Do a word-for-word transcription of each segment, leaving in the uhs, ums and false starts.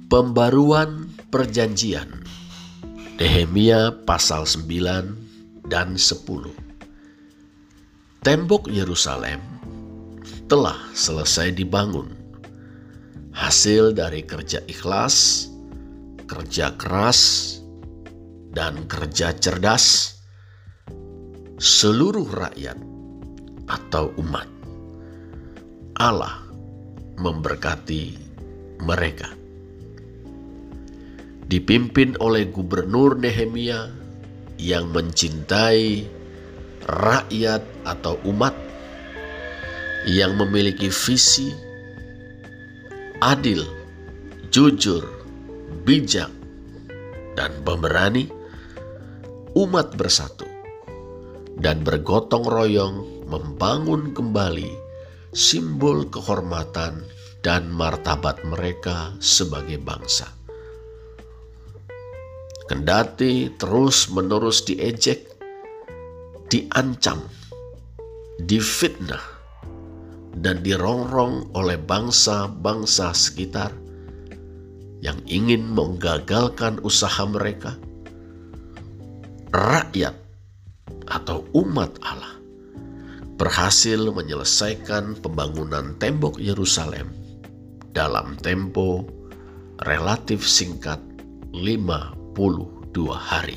Pembaruan Perjanjian, Nehemia pasal sembilan dan sepuluh. Tembok Yerusalem telah selesai dibangun, hasil dari kerja ikhlas, kerja keras, dan kerja cerdas seluruh rakyat atau umat. Allah memberkati mereka. Dipimpin oleh Gubernur Nehemia yang mencintai rakyat atau umat, yang memiliki visi adil, jujur, bijak, dan pemberani. Umat bersatu dan bergotong royong membangun kembali simbol kehormatan dan martabat mereka sebagai bangsa. Kendati terus-menerus diejek, diancam, difitnah, dan dirongrong oleh bangsa-bangsa sekitar yang ingin menggagalkan usaha mereka, rakyat atau umat Allah berhasil menyelesaikan pembangunan tembok Yerusalem dalam tempo relatif singkat lima puluh dua hari.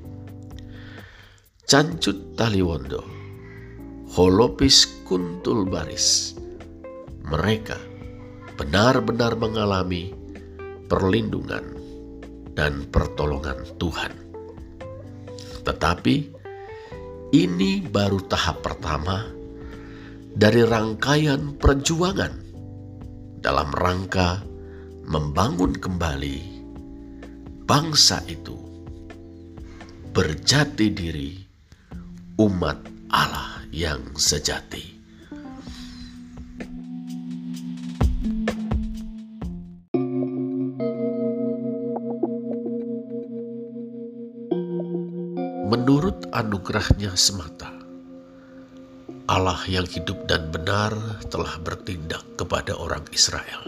Cancut Taliwondo, Holopis Kuntul Baris, mereka benar-benar mengalami perlindungan dan pertolongan Tuhan. Tetapi ini baru tahap pertama dari rangkaian perjuangan dalam rangka membangun kembali bangsa itu berjati diri umat Allah yang sejati. Menurut anugerahnya semata, Allah yang hidup dan benar telah bertindak kepada orang Israel.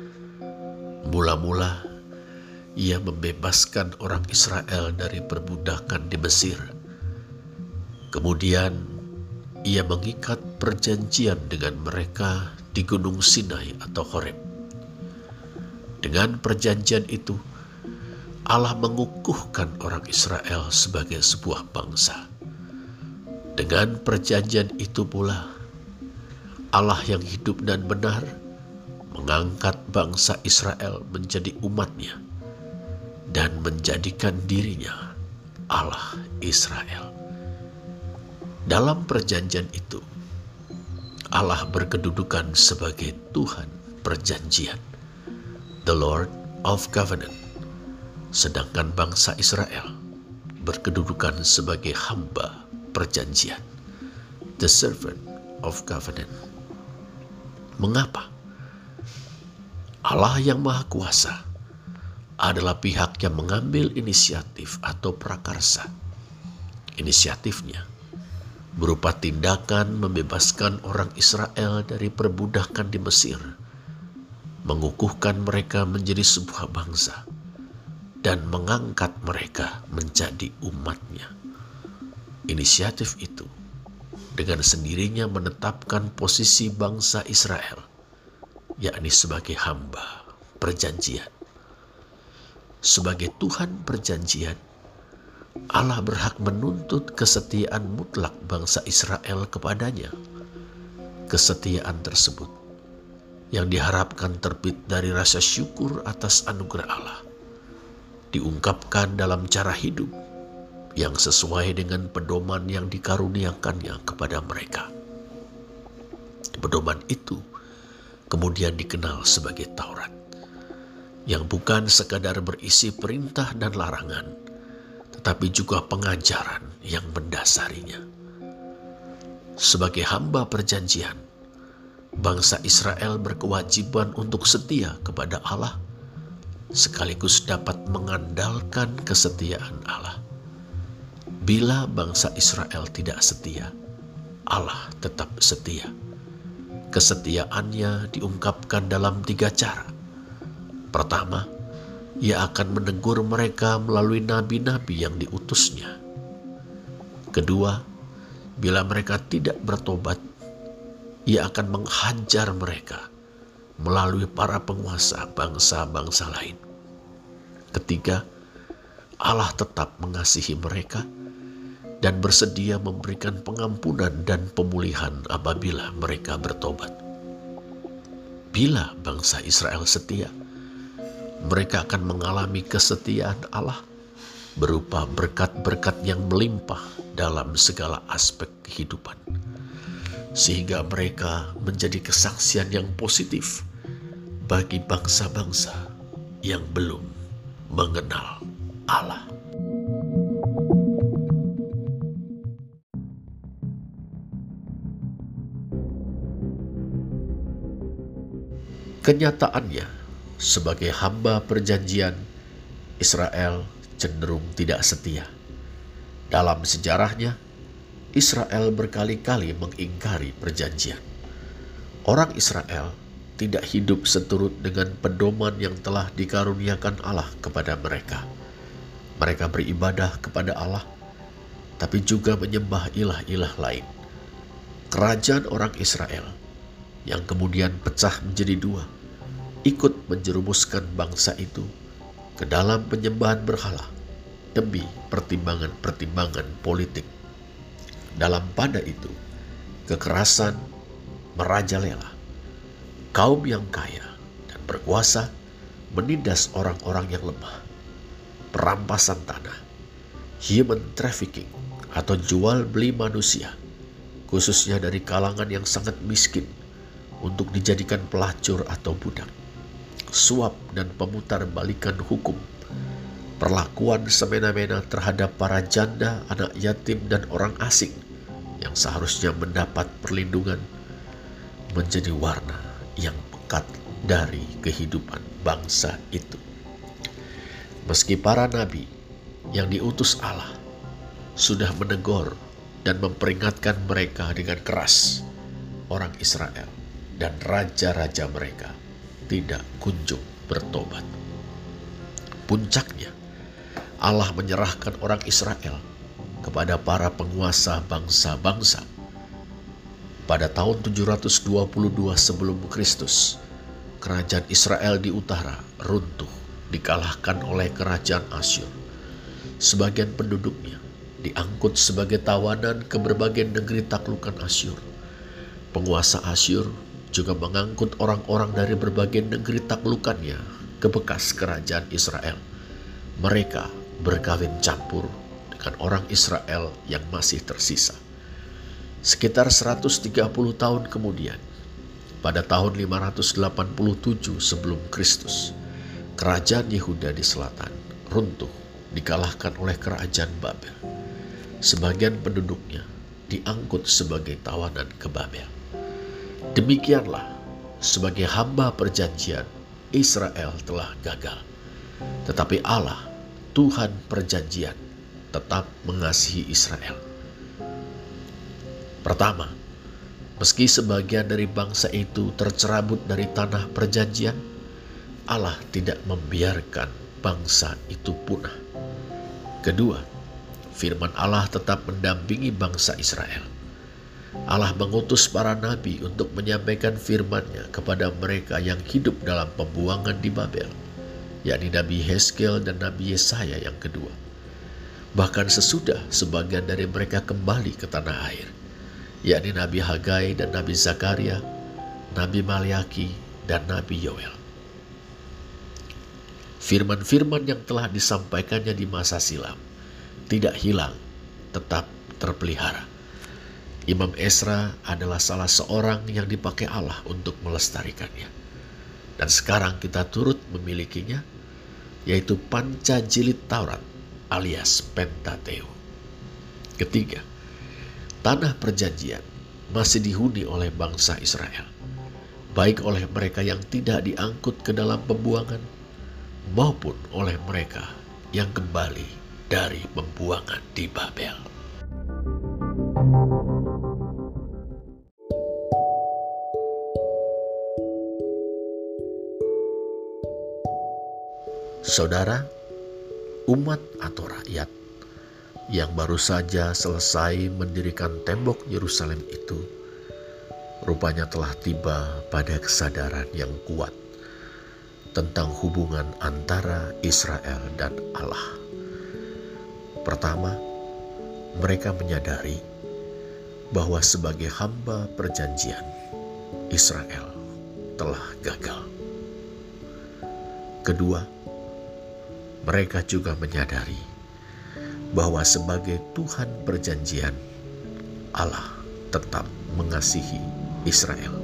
Mula-mula Ia membebaskan orang Israel dari perbudakan di Mesir. Kemudian Ia mengikat perjanjian dengan mereka di Gunung Sinai atau Horeb. Dengan perjanjian itu, Allah mengukuhkan orang Israel sebagai sebuah bangsa. Dengan perjanjian itu pula, Allah yang hidup dan benar mengangkat bangsa Israel menjadi umatnya dan menjadikan dirinya Allah Israel. Dalam perjanjian itu, Allah berkedudukan sebagai Tuhan perjanjian, the Lord of Covenant. Sedangkan bangsa Israel berkedudukan sebagai hamba perjanjian, the servant of covenant. Mengapa? Allah yang Maha Kuasa adalah pihak yang mengambil inisiatif atau prakarsa. Inisiatifnya berupa tindakan membebaskan orang Israel dari perbudakan di Mesir, mengukuhkan mereka menjadi sebuah bangsa, dan mengangkat mereka menjadi umatnya. Inisiatif itu dengan sendirinya menetapkan posisi bangsa Israel, yakni sebagai hamba perjanjian. Sebagai Tuhan perjanjian, Allah berhak menuntut kesetiaan mutlak bangsa Israel kepadanya. Kesetiaan tersebut yang diharapkan terbit dari rasa syukur atas anugerah Allah, diungkapkan dalam cara hidup yang sesuai dengan pedoman yang dikaruniakannya kepada mereka. Pedoman itu kemudian dikenal sebagai Taurat, yang bukan sekadar berisi perintah dan larangan, tetapi juga pengajaran yang mendasarinya. Sebagai hamba perjanjian, bangsa Israel berkewajiban untuk setia kepada Allah, sekaligus dapat mengandalkan kesetiaan Allah. Bila bangsa Israel tidak setia, Allah tetap setia. Kesetiaannya diungkapkan dalam tiga cara. Pertama, Ia akan menegur mereka melalui nabi-nabi yang diutusnya. Kedua, bila mereka tidak bertobat, Ia akan menghajar mereka melalui para penguasa bangsa-bangsa lain. Ketiga, Allah tetap mengasihi mereka dan bersedia memberikan pengampunan dan pemulihan apabila mereka bertobat. Bila bangsa Israel setia, mereka akan mengalami kesetiaan Allah berupa berkat-berkat yang melimpah dalam segala aspek kehidupan, sehingga mereka menjadi kesaksian yang positif bagi bangsa-bangsa yang belum mengenal Allah. Kenyataannya, sebagai hamba perjanjian, Israel cenderung tidak setia. Dalam sejarahnya, Israel berkali-kali mengingkari perjanjian. Orang Israel tidak hidup seturut dengan pedoman yang telah dikaruniakan Allah kepada mereka. Mereka beribadah kepada Allah, tapi juga menyembah ilah-ilah lain. Kerajaan orang Israel yang kemudian pecah menjadi dua, ikut menjerumuskan bangsa itu ke dalam penyembahan berhala demi pertimbangan-pertimbangan politik. Dalam pada itu, kekerasan merajalela. Kaum yang kaya dan berkuasa menindas orang-orang yang lemah. Perampasan tanah, human trafficking atau jual beli manusia, khususnya dari kalangan yang sangat miskin, untuk dijadikan pelacur atau budak, suap dan pemutar balikan hukum, perlakuan semena-mena terhadap para janda, anak yatim, dan orang asing yang seharusnya mendapat perlindungan, menjadi warna yang pekat dari kehidupan bangsa itu. Meski para nabi yang diutus Allah sudah menegur dan memperingatkan mereka dengan keras, orang Israel dan raja-raja mereka tidak kunjung bertobat. Puncaknya, Allah menyerahkan orang Israel kepada para penguasa bangsa-bangsa. Pada tahun tujuh ratus dua puluh dua sebelum Kristus, kerajaan Israel di utara runtuh, dikalahkan oleh kerajaan Asyur. Sebagian penduduknya diangkut sebagai tawanan ke berbagai negeri taklukan Asyur. Penguasa Asyur juga mengangkut orang-orang dari berbagai negeri taklukannya ke bekas kerajaan Israel. Mereka berkawin campur dengan orang Israel yang masih tersisa. Sekitar seratus tiga puluh tahun kemudian, pada tahun lima ratus delapan puluh tujuh sebelum Kristus, kerajaan Yehuda di selatan runtuh, dikalahkan oleh kerajaan Babel. Sebagian penduduknya diangkut sebagai tawanan ke Babel. Demikianlah, sebagai hamba perjanjian, Israel telah gagal. Tetapi Allah, Tuhan perjanjian, tetap mengasihi Israel. Pertama, meski sebagian dari bangsa itu tercerabut dari tanah perjanjian, Allah tidak membiarkan bangsa itu punah. Kedua, firman Allah tetap mendampingi bangsa Israel. Allah mengutus para nabi untuk menyampaikan firman-Nya kepada mereka yang hidup dalam pembuangan di Babel, yakni Nabi Hezkel dan Nabi Yesaya yang kedua. Bahkan sesudah sebagian dari mereka kembali ke tanah air, yakni Nabi Hagai dan Nabi Zakaria, Nabi Maliaki dan Nabi Yoel. Firman-firman yang telah disampaikannya di masa silam tidak hilang, tetap terpelihara. Imam Ezra adalah salah seorang yang dipakai Allah untuk melestarikannya. Dan sekarang kita turut memilikinya, yaitu Pancajilid Taurat alias Pentateuch. Ketiga, tanah perjanjian masih dihuni oleh bangsa Israel, baik oleh mereka yang tidak diangkut ke dalam pembuangan, maupun oleh mereka yang kembali dari pembuangan di Babel. Saudara, umat atau rakyat yang baru saja selesai mendirikan tembok Yerusalem itu rupanya telah tiba pada kesadaran yang kuat tentang hubungan antara Israel dan Allah. Pertama, mereka menyadari bahwa sebagai hamba perjanjian, Israel telah gagal. Kedua, mereka juga menyadari bahwa sebagai Tuhan perjanjian, Allah tetap mengasihi Israel.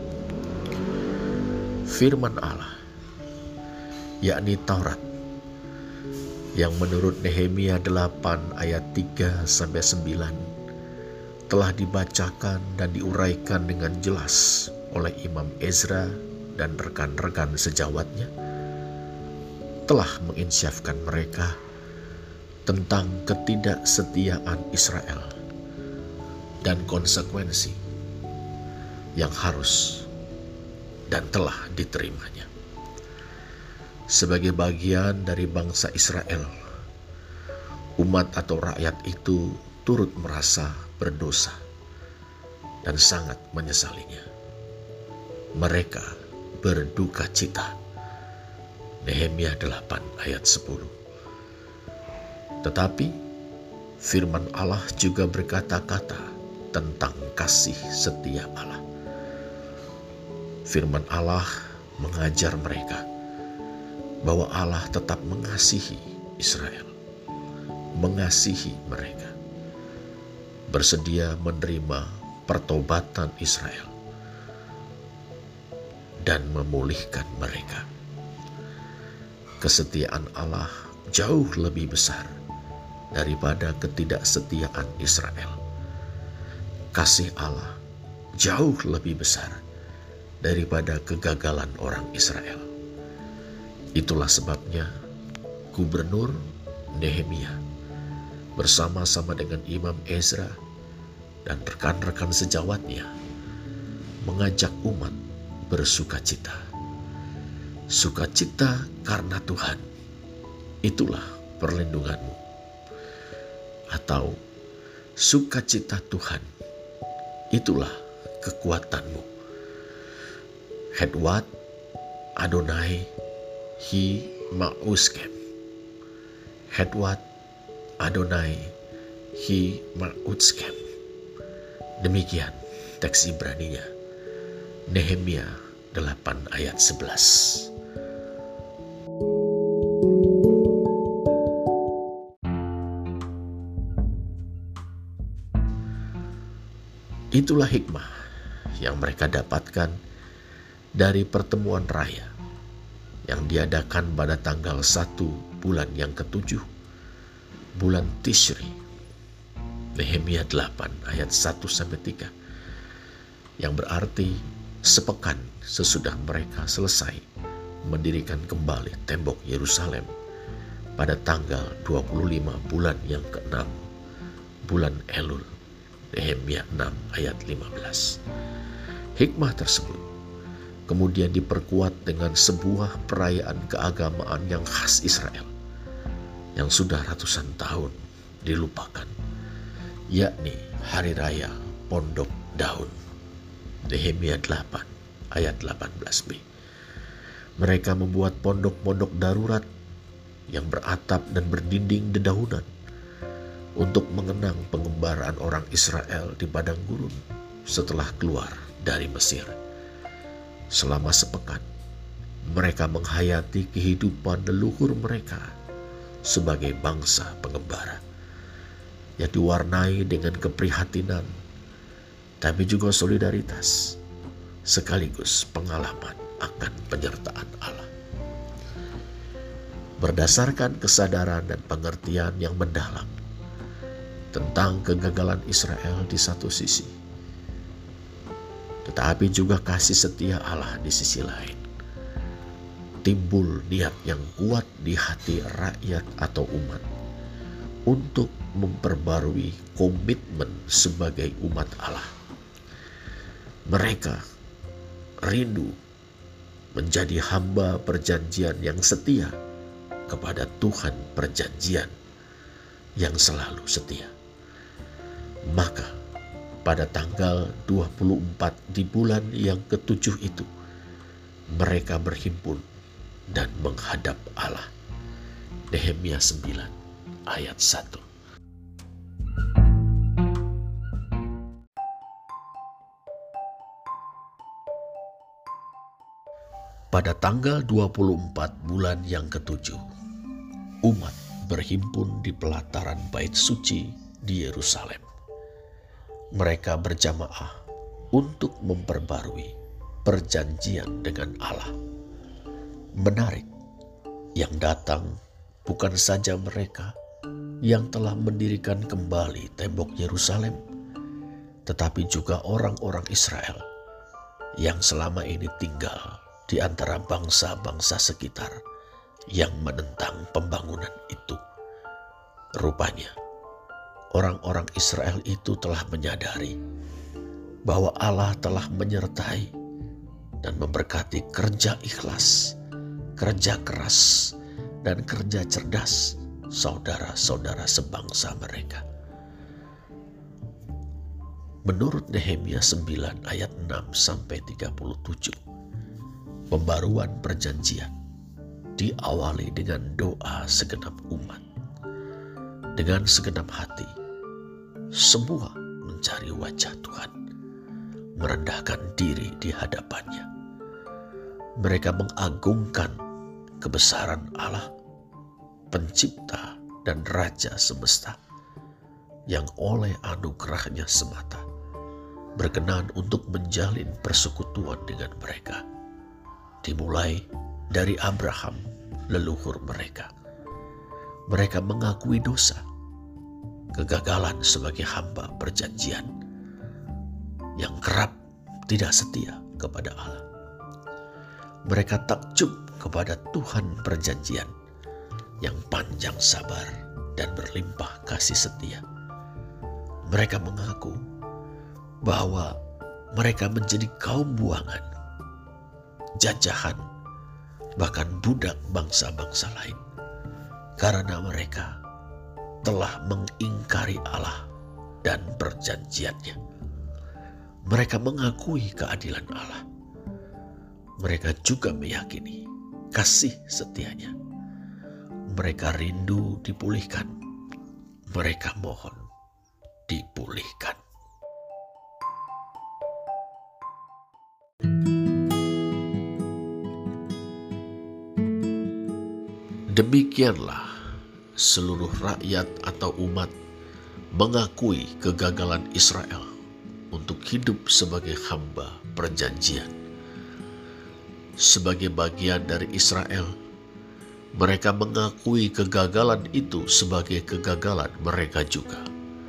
Firman Allah, yakni Taurat, yang menurut Nehemia delapan ayat tiga sampai sembilan telah dibacakan dan diuraikan dengan jelas oleh Imam Ezra dan rekan-rekan sejawatnya, telah menginsyafkan mereka tentang ketidaksetiaan Israel dan konsekuensi yang harus dan telah diterimanya. Sebagai bagian dari bangsa Israel, umat atau rakyat itu turut merasa berdosa dan sangat menyesalinya. Mereka berduka cita. Nehemia delapan ayat sepuluh. Tetapi firman Allah juga berkata-kata tentang kasih setia Allah. Firman Allah mengajar mereka bahwa Allah tetap mengasihi Israel, mengasihi mereka, bersedia menerima pertobatan Israel dan memulihkan mereka. Kesetiaan Allah jauh lebih besar daripada ketidaksetiaan Israel. Kasih Allah jauh lebih besar daripada kegagalan orang Israel. Itulah sebabnya Gubernur Nehemia bersama-sama dengan Imam Ezra dan rekan-rekan sejawatnya mengajak umat bersukacita. Sukacita karena Tuhan, itulah perlindunganmu. Atau sukacita Tuhan, itulah kekuatanmu. Hedwat Adonai hi ma'uskem. Hedwat Adonai hi ma'uskem. Demikian teks Ibraninya, Nehemia delapan ayat sebelas. Itulah hikmah yang mereka dapatkan dari pertemuan raya yang diadakan pada tanggal satu bulan yang ketujuh, bulan Tishri. Nehemia delapan ayat satu sampai tiga, yang berarti sepekan sesudah mereka selesai mendirikan kembali tembok Yerusalem pada tanggal dua puluh lima bulan yang keenam, bulan Elul. Nehemia enam ayat lima belas. Hikmah tersebut kemudian diperkuat dengan sebuah perayaan keagamaan yang khas Israel yang sudah ratusan tahun dilupakan, yakni Hari Raya Pondok Daun. Nehemia delapan ayat delapan belas b. Mereka membuat pondok-pondok darurat yang beratap dan berdinding dedaunan untuk mengenang pengembaraan orang Israel di padang gurun setelah keluar dari Mesir. Selama sepekan, mereka menghayati kehidupan leluhur mereka sebagai bangsa pengembara, yang diwarnai dengan keprihatinan, tapi juga solidaritas, sekaligus pengalaman akan penyertaan Allah. Berdasarkan kesadaran dan pengertian yang mendalam tentang kegagalan Israel di satu sisi, tetapi juga kasih setia Allah di sisi lain, timbul niat yang kuat di hati rakyat atau umat untuk memperbarui komitmen sebagai umat Allah. Mereka rindu menjadi hamba perjanjian yang setia kepada Tuhan perjanjian yang selalu setia. Maka pada tanggal dua puluh empat di bulan yang ketujuh itu, mereka berhimpun dan menghadap Allah. Nehemia sembilan ayat satu. Pada tanggal dua puluh empat bulan yang ketujuh, umat berhimpun di pelataran Bait Suci di Yerusalem. Mereka berjamaah untuk memperbarui perjanjian dengan Allah. Menarik, yang datang bukan saja mereka yang telah mendirikan kembali tembok Yerusalem, tetapi juga orang-orang Israel yang selama ini tinggal di antara bangsa-bangsa sekitar yang menentang pembangunan itu. Rupanya, orang-orang Israel itu telah menyadari bahwa Allah telah menyertai dan memberkati kerja ikhlas, kerja keras, dan kerja cerdas saudara-saudara sebangsa mereka. Menurut Nehemia sembilan ayat enam sampai tiga puluh tujuh, pembaruan perjanjian diawali dengan doa segenap umat. Dengan segenap hati, semua mencari wajah Tuhan, merendahkan diri di hadapannya. Mereka mengagungkan kebesaran Allah, pencipta dan raja semesta, yang oleh anugerahnya semata berkenan untuk menjalin persekutuan dengan mereka, dimulai dari Abraham, leluhur mereka. Mereka mengakui dosa, kegagalan sebagai hamba perjanjian yang kerap tidak setia kepada Allah. Mereka takjub kepada Tuhan perjanjian yang panjang sabar dan berlimpah kasih setia. Mereka mengaku bahwa mereka menjadi kaum buangan, jajahan, bahkan budak bangsa-bangsa lain, karena mereka telah mengingkari Allah dan perjanjiannya. Mereka mengakui keadilan Allah. Mereka juga meyakini kasih setianya. Mereka rindu dipulihkan. Mereka mohon dipulihkan. Demikianlah seluruh rakyat atau umat mengakui kegagalan Israel untuk hidup sebagai hamba perjanjian. Sebagai bagian dari Israel, mereka mengakui kegagalan itu sebagai kegagalan mereka juga.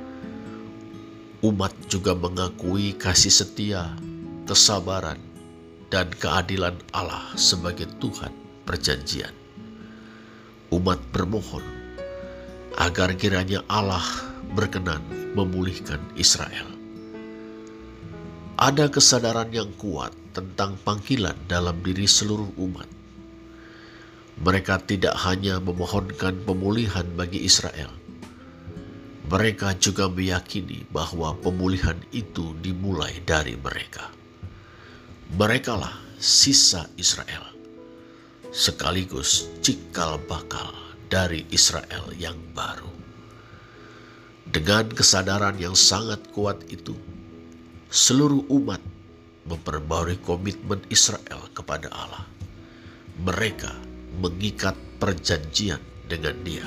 Umat juga mengakui kasih setia, kesabaran, dan keadilan Allah sebagai Tuhan perjanjian. Umat bermohon agar kiranya Allah berkenan memulihkan Israel. Ada kesadaran yang kuat tentang panggilan dalam diri seluruh umat. Mereka tidak hanya memohonkan pemulihan bagi Israel. Mereka juga meyakini bahwa pemulihan itu dimulai dari mereka. Merekalah sisa Israel, sekaligus cikal bakal dari Israel yang baru. Dengan kesadaran yang sangat kuat itu, seluruh umat memperbarui komitmen Israel kepada Allah. Mereka mengikat perjanjian dengan Dia.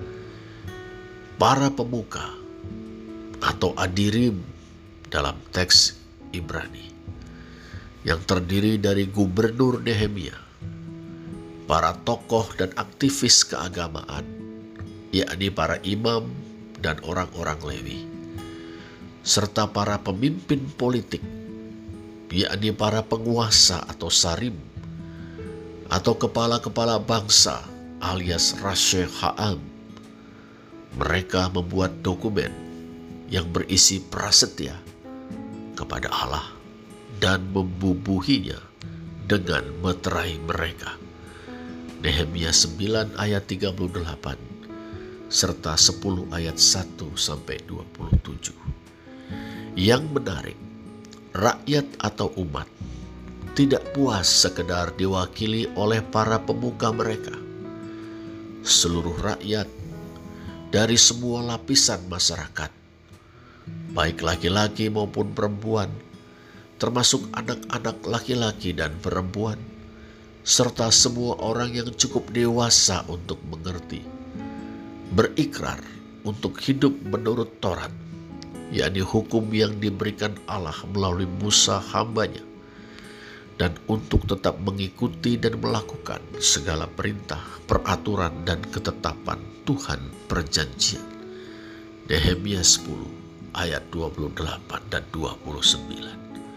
Para pemuka atau adirim dalam teks Ibrani yang terdiri dari gubernur Nehemia, para tokoh dan aktivis keagamaan, yakni para imam dan orang-orang Lewi, serta para pemimpin politik, yakni para penguasa atau sarim, atau kepala-kepala bangsa alias Rashe Ha'am. Mereka membuat dokumen yang berisi prasetya kepada Allah dan membubuhinya dengan meterai mereka. Nehemia sembilan ayat tiga puluh delapan, serta sepuluh ayat satu sampai dua puluh tujuh. Yang menarik, rakyat atau umat tidak puas sekedar diwakili oleh para pemuka mereka. Seluruh rakyat dari semua lapisan masyarakat, baik laki-laki maupun perempuan, termasuk anak-anak laki-laki dan perempuan, serta semua orang yang cukup dewasa untuk mengerti, berikrar untuk hidup menurut Taurat, yakni hukum yang diberikan Allah melalui Musa hambanya, dan untuk tetap mengikuti dan melakukan segala perintah, peraturan, dan ketetapan Tuhan perjanjian. Nehemia sepuluh ayat dua puluh delapan dan dua puluh sembilan.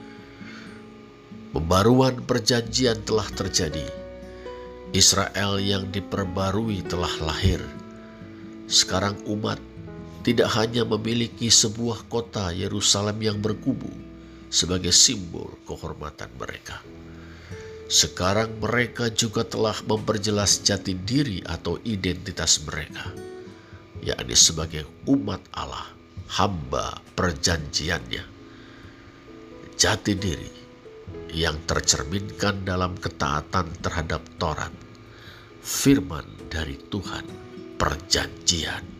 Pembaruan perjanjian telah terjadi. Israel yang diperbarui telah lahir. Sekarang umat tidak hanya memiliki sebuah kota Yerusalem yang berkubu sebagai simbol kehormatan mereka. Sekarang mereka juga telah memperjelas jati diri atau identitas mereka, yakni sebagai umat Allah, hamba perjanjiannya. Jati diri yang tercerminkan dalam ketaatan terhadap Taurat, firman dari Tuhan perjanjian.